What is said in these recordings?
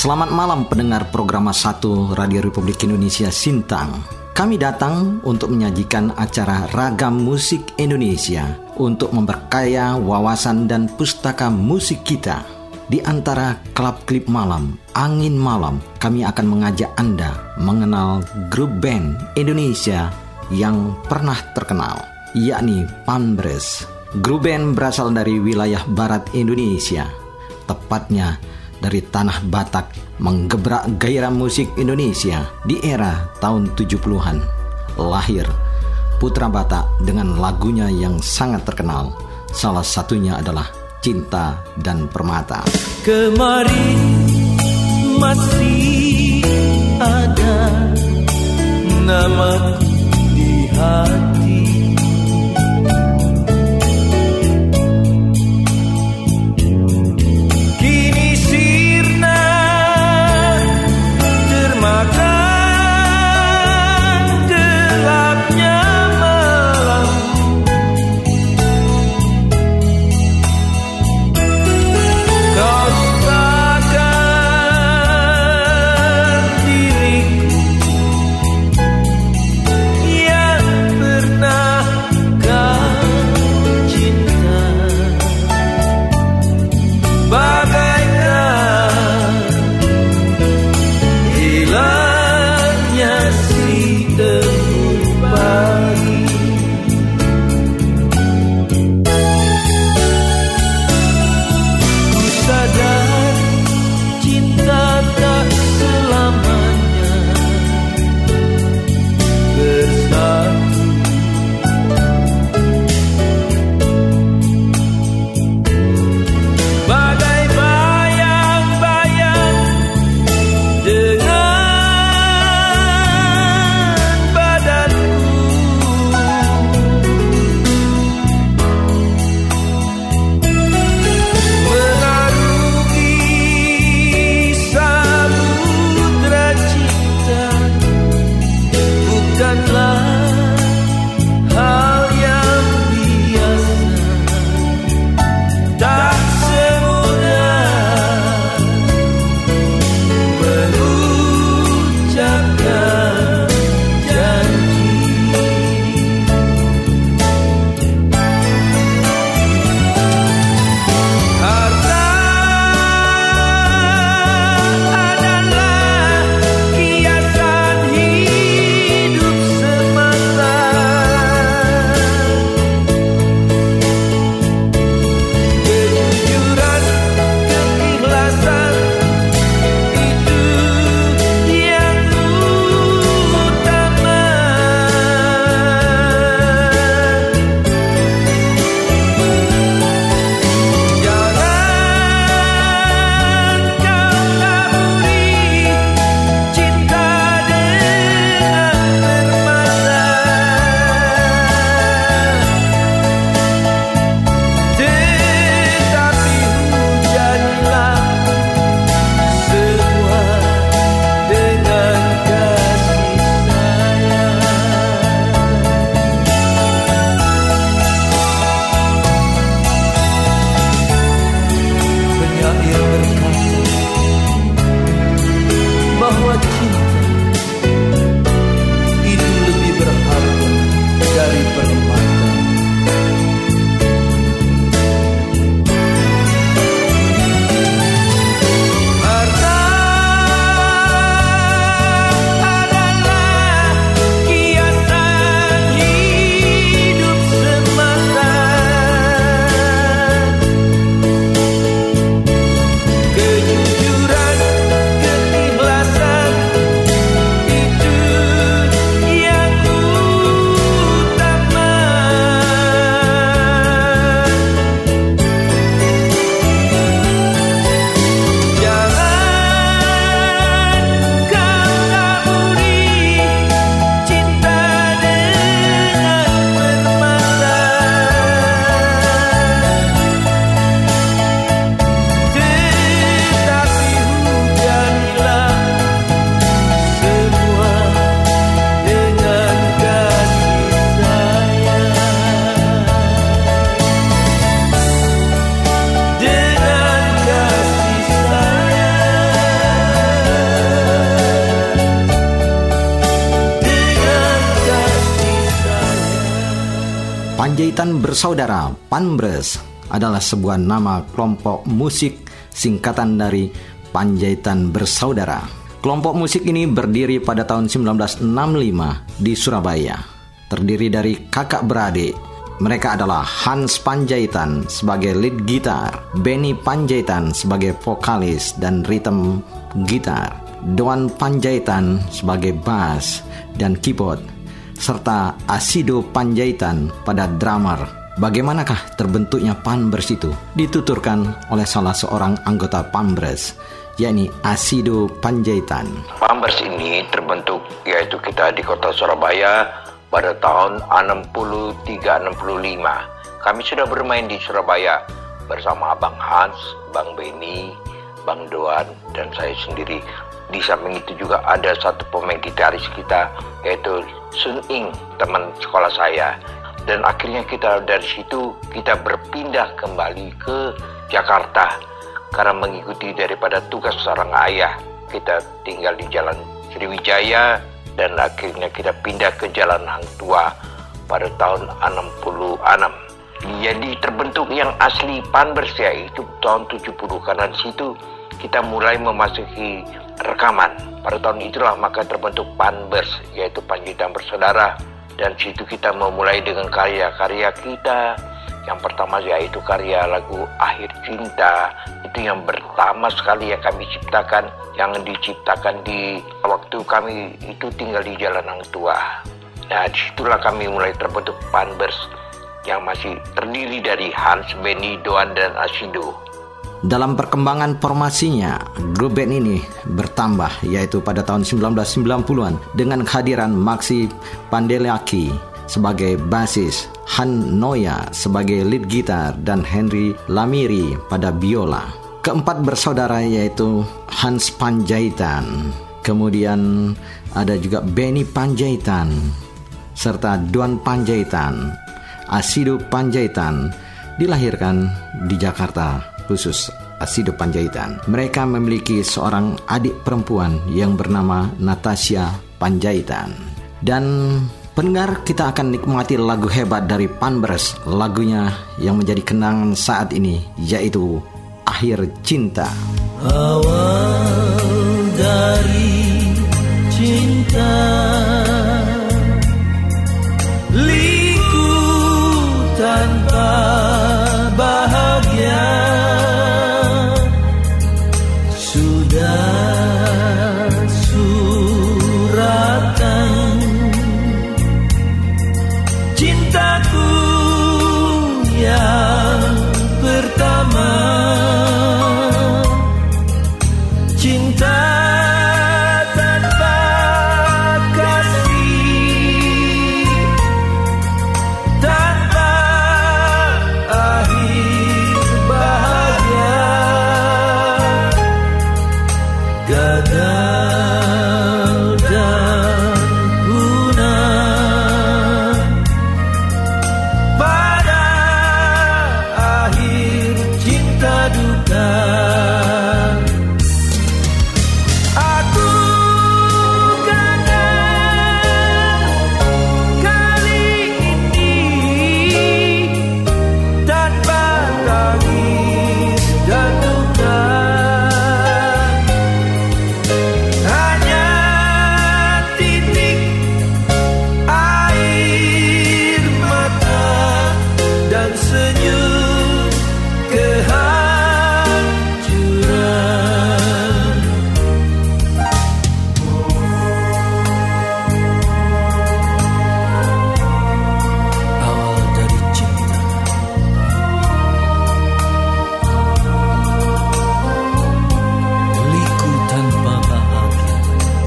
Selamat malam pendengar program 1 Radio Republik Indonesia Sintang. Kami datang untuk menyajikan acara Ragam Musik Indonesia untuk memperkaya wawasan dan pustaka musik kita. Di antara klip malam, angin malam, kami akan mengajak Anda mengenal grup band Indonesia yang pernah terkenal, yakni Panbres. Grup band berasal dari wilayah barat Indonesia, tepatnya dari tanah Batak, menggebrak gairah musik Indonesia di era tahun 70-an. Lahir Putra Batak dengan lagunya yang sangat terkenal. Salah satunya adalah Cinta dan Permata. Kemarin masih ada nama di hati, kini sirna termakan gelapnya malam. Kau lupakan diriku yang Panjaitan Bersaudara (Panbres) adalah sebuah nama kelompok musik singkatan dari Panjaitan Bersaudara. Kelompok musik ini berdiri pada tahun 1965 di Surabaya. Terdiri dari kakak beradik. Mereka adalah Hans Panjaitan sebagai lead gitar, Benny Panjaitan sebagai vokalis dan rhythm gitar, Doan Panjaitan sebagai bass dan keyboard, serta Asido Panjaitan pada drummer. Bagaimanakah terbentuknya Panbres itu? Dituturkan oleh salah seorang anggota Panbres, yakni Asido Panjaitan. Panbres ini terbentuk yaitu kita di kota Surabaya pada tahun 63-65. Kami sudah bermain di Surabaya bersama Abang Hans, Bang Benny, Bang Doan, dan saya sendiri. Di samping itu juga ada satu pemain gitaris kita yaitu Sun Ing, teman sekolah saya. Dan akhirnya kita dari situ kita berpindah kembali ke Jakarta karena mengikuti daripada tugas seorang ayah. Kita tinggal di Jalan Sriwijaya dan akhirnya kita pindah ke Jalan Hang Tua pada tahun 66. Jadi terbentuk yang asli Panbres yaitu tahun 70 karena di situ kita mulai memasuki rekaman. Pada tahun itulah maka terbentuk Panbres yaitu Panjaitan Bersaudara, dan situ kita memulai dengan karya-karya kita. Yang pertama yaitu karya lagu Akhir Cinta, itu yang pertama sekali yang kami ciptakan, yang diciptakan di waktu kami itu tinggal di Jalan Hang Tua. Nah disitulah kami mulai terbentuk Panbres yang masih terdiri dari Hans, Benny, Doan, dan Asido. Dalam perkembangan formasinya, grup band ini bertambah yaitu pada tahun 1990-an dengan kehadiran Maxi Pandelaki sebagai basis, Han Noya sebagai lead gitar, dan Henry Lamiri pada biola. Keempat bersaudara yaitu Hans Panjaitan, kemudian ada juga Benny Panjaitan, serta Doan Panjaitan. Asido Panjaitan dilahirkan di Jakarta, khusus Asido Panjaitan. Mereka memiliki seorang adik perempuan yang bernama Natasha Panjaitan. Dan pendengar, kita akan nikmati lagu hebat dari Panbres, lagunya yang menjadi kenangan saat ini, yaitu Akhir Cinta. Awal dari cinta, liku tanpa bahagia, sudah suratan cintaku yang pertama, cinta tanpa kasih, tanpa akhir bahagia, gagal dan punah pada akhir cinta duka. Aku gagal kali ini tanpa tangis dan duka, hanya titik air mata dan senyum kehancuran. Awal dari cinta, liku tanpa bahagia,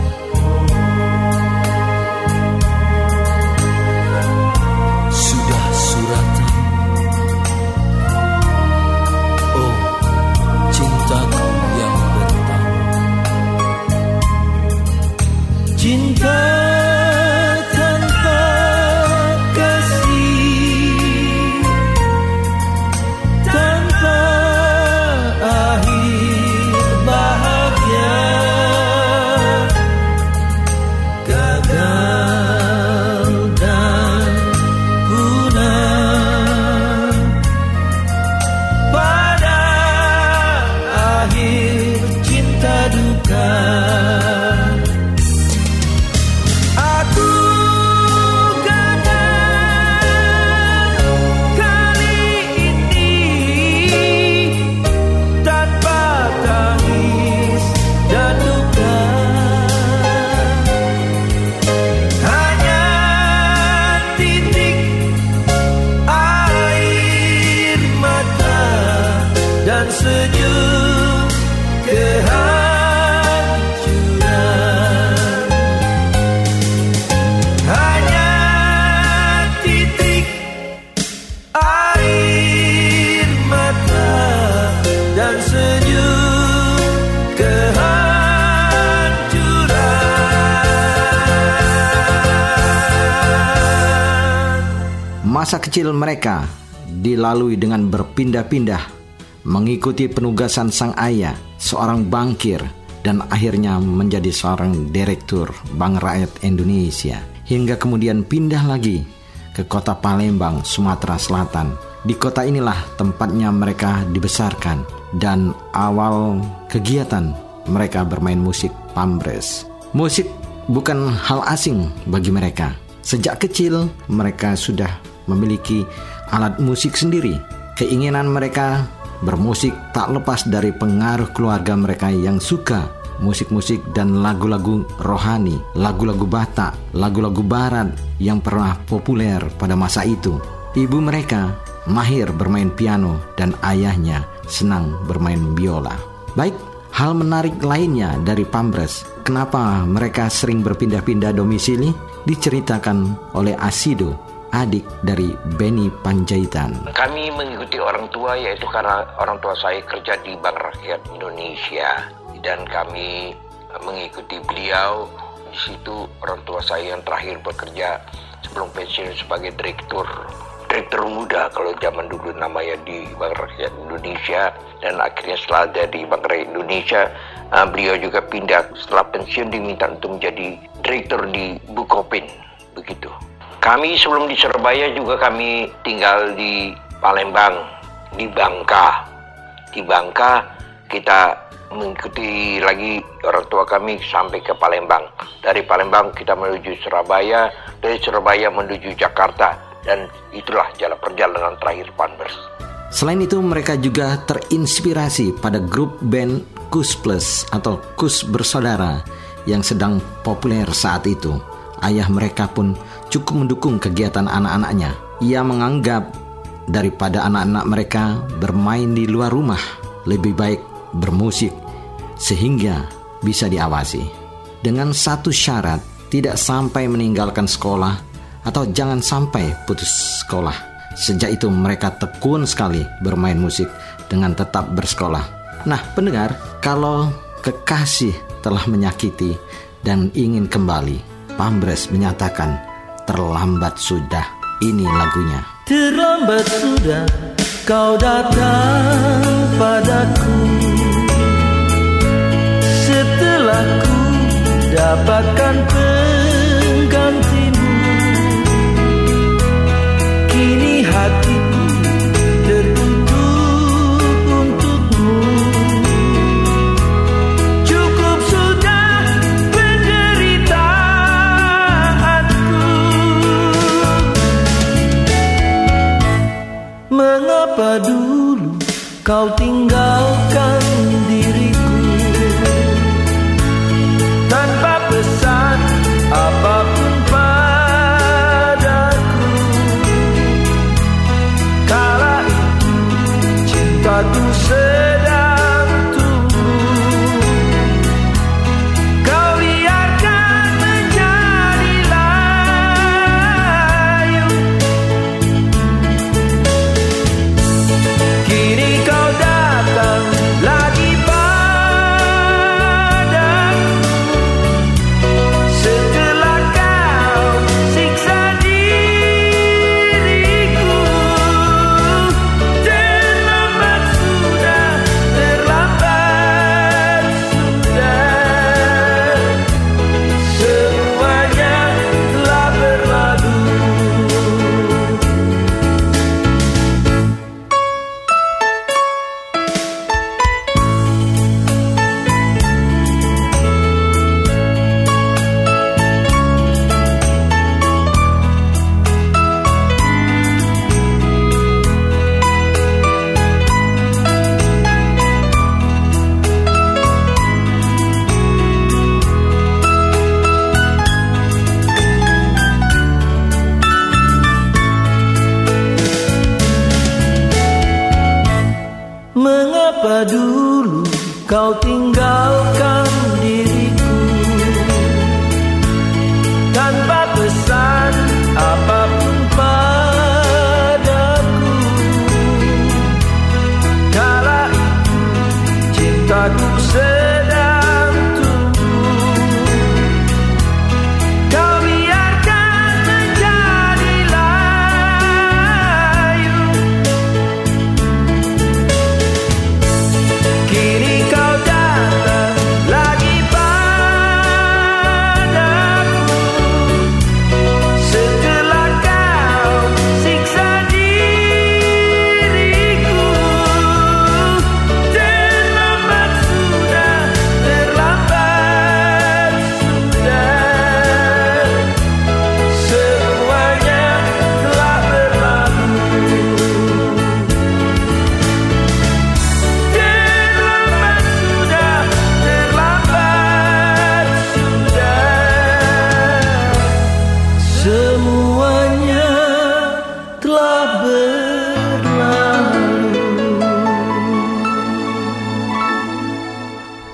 sudah suratan. Oh, cintaku yang pertama, cinta tanpa kasih, tanpa akhir bahagia, gagal dan punah Masa kecil mereka dilalui dengan berpindah-pindah, mengikuti penugasan sang ayah, seorang bankir, dan akhirnya menjadi seorang direktur Bank Rakyat Indonesia. Hingga kemudian pindah lagi ke kota Palembang, Sumatera Selatan. Di kota inilah tempatnya mereka dibesarkan, dan awal kegiatan mereka bermain musik pambres. Musik bukan hal asing bagi mereka. Sejak kecil mereka sudah memiliki alat musik sendiri. Keinginan mereka bermusik tak lepas dari pengaruh keluarga mereka yang suka musik-musik dan lagu-lagu rohani, lagu-lagu Batak, lagu-lagu Barat yang pernah populer pada masa itu. Ibu mereka mahir bermain piano dan ayahnya senang bermain biola. Baik, hal menarik lainnya dari pambres, kenapa mereka sering berpindah-pindah domisili, diceritakan oleh Asido, adik dari Beni Panjaitan. Kami mengikuti orang tua, yaitu karena orang tua saya kerja di Bank Rakyat Indonesia, dan kami mengikuti beliau. Di situ orang tua saya yang terakhir bekerja sebelum pensiun sebagai direktur muda kalau zaman dulu namanya di Bank Rakyat Indonesia, dan akhirnya setelah jadi Bank Rakyat Indonesia, beliau juga pindah setelah pensiun, diminta untuk menjadi direktur di Bukopin, begitu. Kami sebelum di Surabaya juga kami tinggal di Palembang, di Bangka. Di Bangka kita mengikuti lagi orang tua kami sampai ke Palembang. Dari Palembang kita menuju Surabaya, dari Surabaya menuju Jakarta, dan itulah perjalanan terakhir pambres. Selain itu mereka juga terinspirasi pada grup band Kus Plus atau Kus Bersaudara yang sedang populer saat itu. Ayah mereka pun cukup mendukung kegiatan anak-anaknya. Ia menganggap daripada anak-anak mereka bermain di luar rumah, lebih baik bermusik sehingga bisa diawasi. Dengan satu syarat, tidak sampai meninggalkan sekolah atau jangan sampai putus sekolah. Sejak itu mereka tekun sekali bermain musik dengan tetap bersekolah. Nah, pendengar, kalau kekasih telah menyakiti dan ingin kembali, pambres menyatakan terlambat sudah. Ini lagunya. Terlambat sudah kau datang padaku, setelah ku dapatkan penggantimu. Kini hatiku tertutup untukmu. Cukup sudah penderitaanku. Mengapa dulu kau tinggalkan diriku tanpa pesan apapun padaku? Kala itu cintaku sedang tumbuh, kau biarkan menjadi layu. Kini kau datang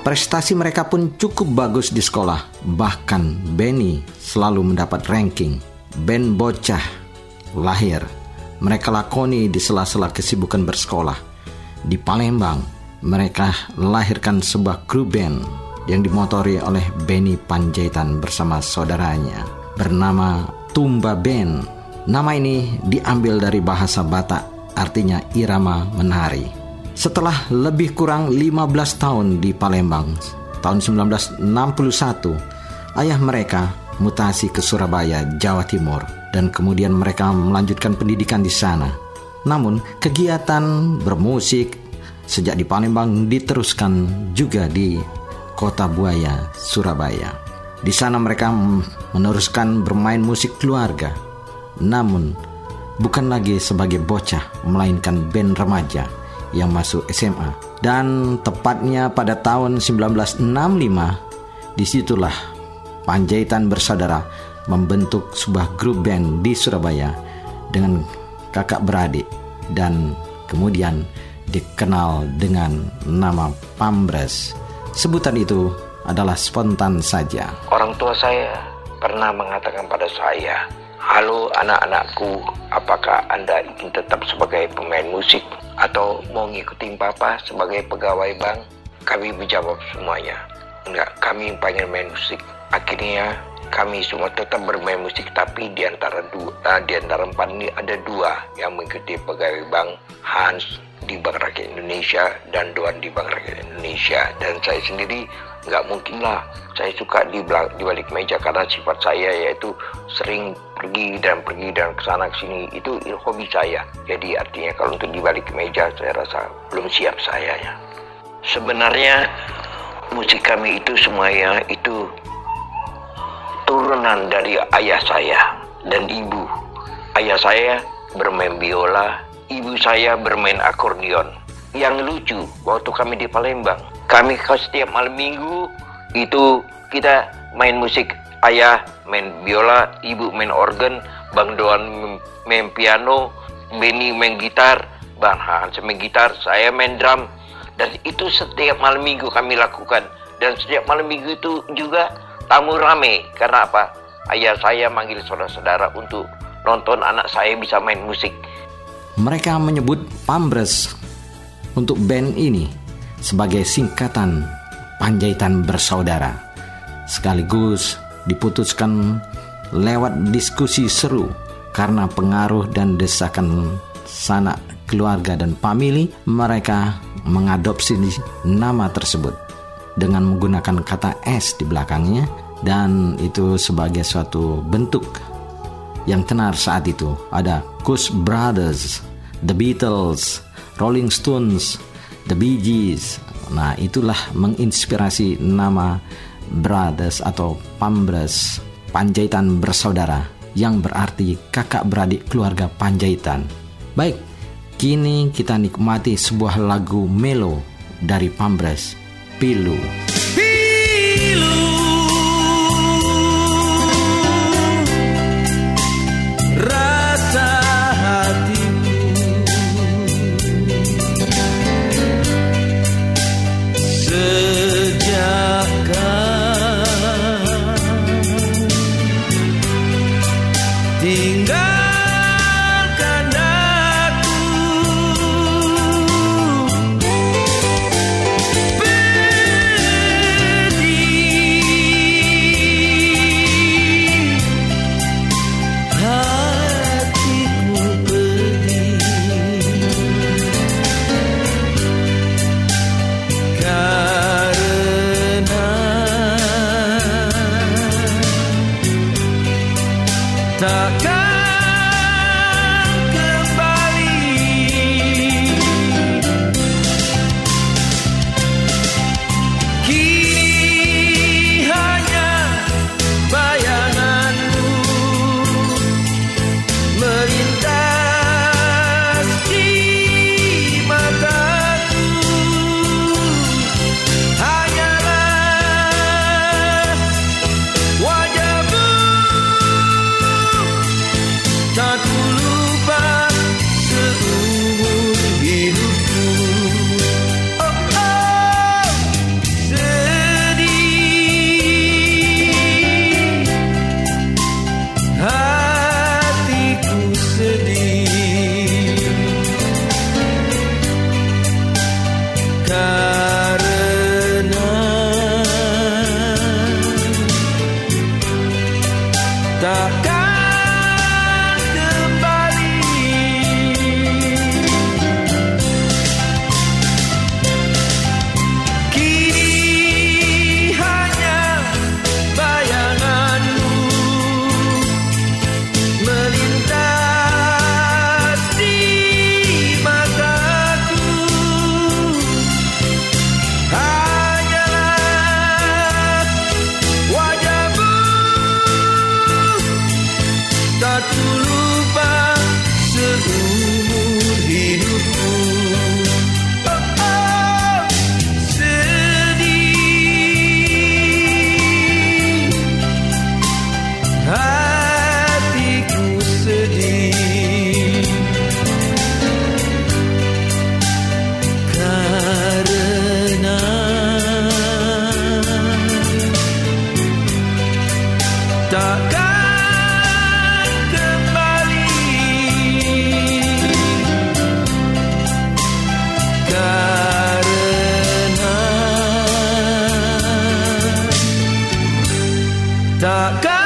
Prestasi mereka pun cukup bagus di sekolah. Bahkan Benny selalu mendapat ranking. Band bocah lahir. Mereka lakoni di sela-sela kesibukan bersekolah. Di Palembang, mereka lahirkan sebuah grup band yang dimotori oleh Benny Panjaitan bersama saudaranya bernama Tumba Band. Nama ini diambil dari bahasa Batak, artinya irama menari. Setelah lebih kurang 15 tahun di Palembang, tahun 1961, ayah mereka mutasi ke Surabaya, Jawa Timur, dan kemudian mereka melanjutkan pendidikan di sana. Namun, kegiatan bermusik sejak di Palembang diteruskan juga di Kota Buaya, Surabaya. Di sana mereka meneruskan bermain musik keluarga. Namun, bukan lagi sebagai bocah, melainkan band remaja yang masuk SMA. Dan tepatnya pada tahun 1965, disitulah Panjaitan bersaudara membentuk sebuah grup band di Surabaya dengan kakak beradik dan kemudian dikenal dengan nama Pambres. Sebutan itu adalah spontan saja. Orang tua saya pernah mengatakan pada saya, "Halo anak-anakku, apakah Anda ingin tetap sebagai pemain musik atau mau ngikutin papa sebagai pegawai bank?" Kami menjawab semuanya, "Enggak, kami pengen main musik." Akhirnya kami semua tetap bermain musik, tapi di antara empat ini ada dua yang mengikuti pegawai bank, Hans di Bank Rakyat Indonesia dan Doan di Bank Rakyat Indonesia. Dan saya sendiri nggak mungkin lah saya suka di balik meja, karena sifat saya yaitu sering pergi dan kesana kesini, itu hobi saya. Jadi artinya kalau untuk di balik meja saya rasa belum siap saya ya. Sebenarnya musik kami itu semuanya itu turunan dari ayah saya dan ibu. Ayah saya bermain biola, ibu saya bermain akordeon. Yang lucu, waktu kami di Palembang, kami setiap malam minggu itu kita main musik. Ayah main biola, ibu main organ, Bang Doan main piano, Benny main gitar, Bang Hans main gitar, saya main drum. Dan itu setiap malam minggu kami lakukan. Dan setiap malam minggu itu juga tamu rame. Karena apa? Ayah saya manggil saudara-saudara untuk nonton anak saya bisa main musik. Mereka menyebut Pambres untuk band ini sebagai singkatan Panjaitan Bersaudara. Sekaligus diputuskan lewat diskusi seru karena pengaruh dan desakan sanak keluarga dan famili, mereka mengadopsi nama tersebut dengan menggunakan kata S di belakangnya, dan itu sebagai suatu bentuk yang tenar saat itu. Ada Koch Brothers, The Beatles, Rolling Stones, The Bee Gees. Nah, itulah menginspirasi nama Brothers atau Pambres, Panjaitan Bersaudara, yang berarti kakak beradik keluarga Panjaitan. Baik, kini kita nikmati sebuah lagu melo dari Pambres, Pilu. Pilu, rasa hatimu sejak kau tinggalkan aku. Hatiku pedih karena takkan kembali. Kini hanya bayanganmu melintas di mataku. Hanyalah wajahmu takkan kembali. Kini hanya bayanganmu melintas di mataku. Hanyalah wajahmu tak lupa seumur hidupku. Oh, oh, sedih, hatiku sedih, karena takkan kembali, karena takkan